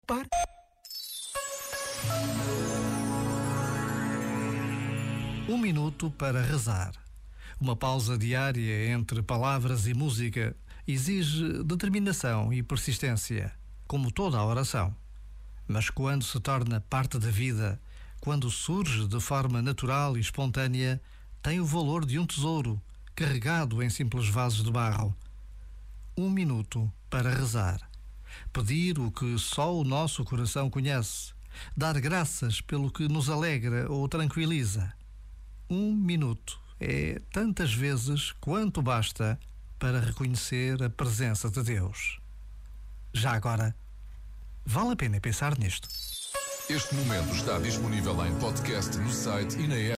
preocupar. Um minuto para rezar. Uma pausa diária entre palavras e música exige determinação e persistência, como toda a oração. Mas quando se torna parte da vida, quando surge de forma natural e espontânea, tem o valor de um tesouro carregado em simples vasos de barro. Um minuto para rezar. Pedir o que só o nosso coração conhece. Dar graças pelo que nos alegra ou tranquiliza. Um minuto é tantas vezes quanto basta para reconhecer a presença de Deus. Já agora, vale a pena pensar nisto. Este momento está disponível em podcast no site e na app.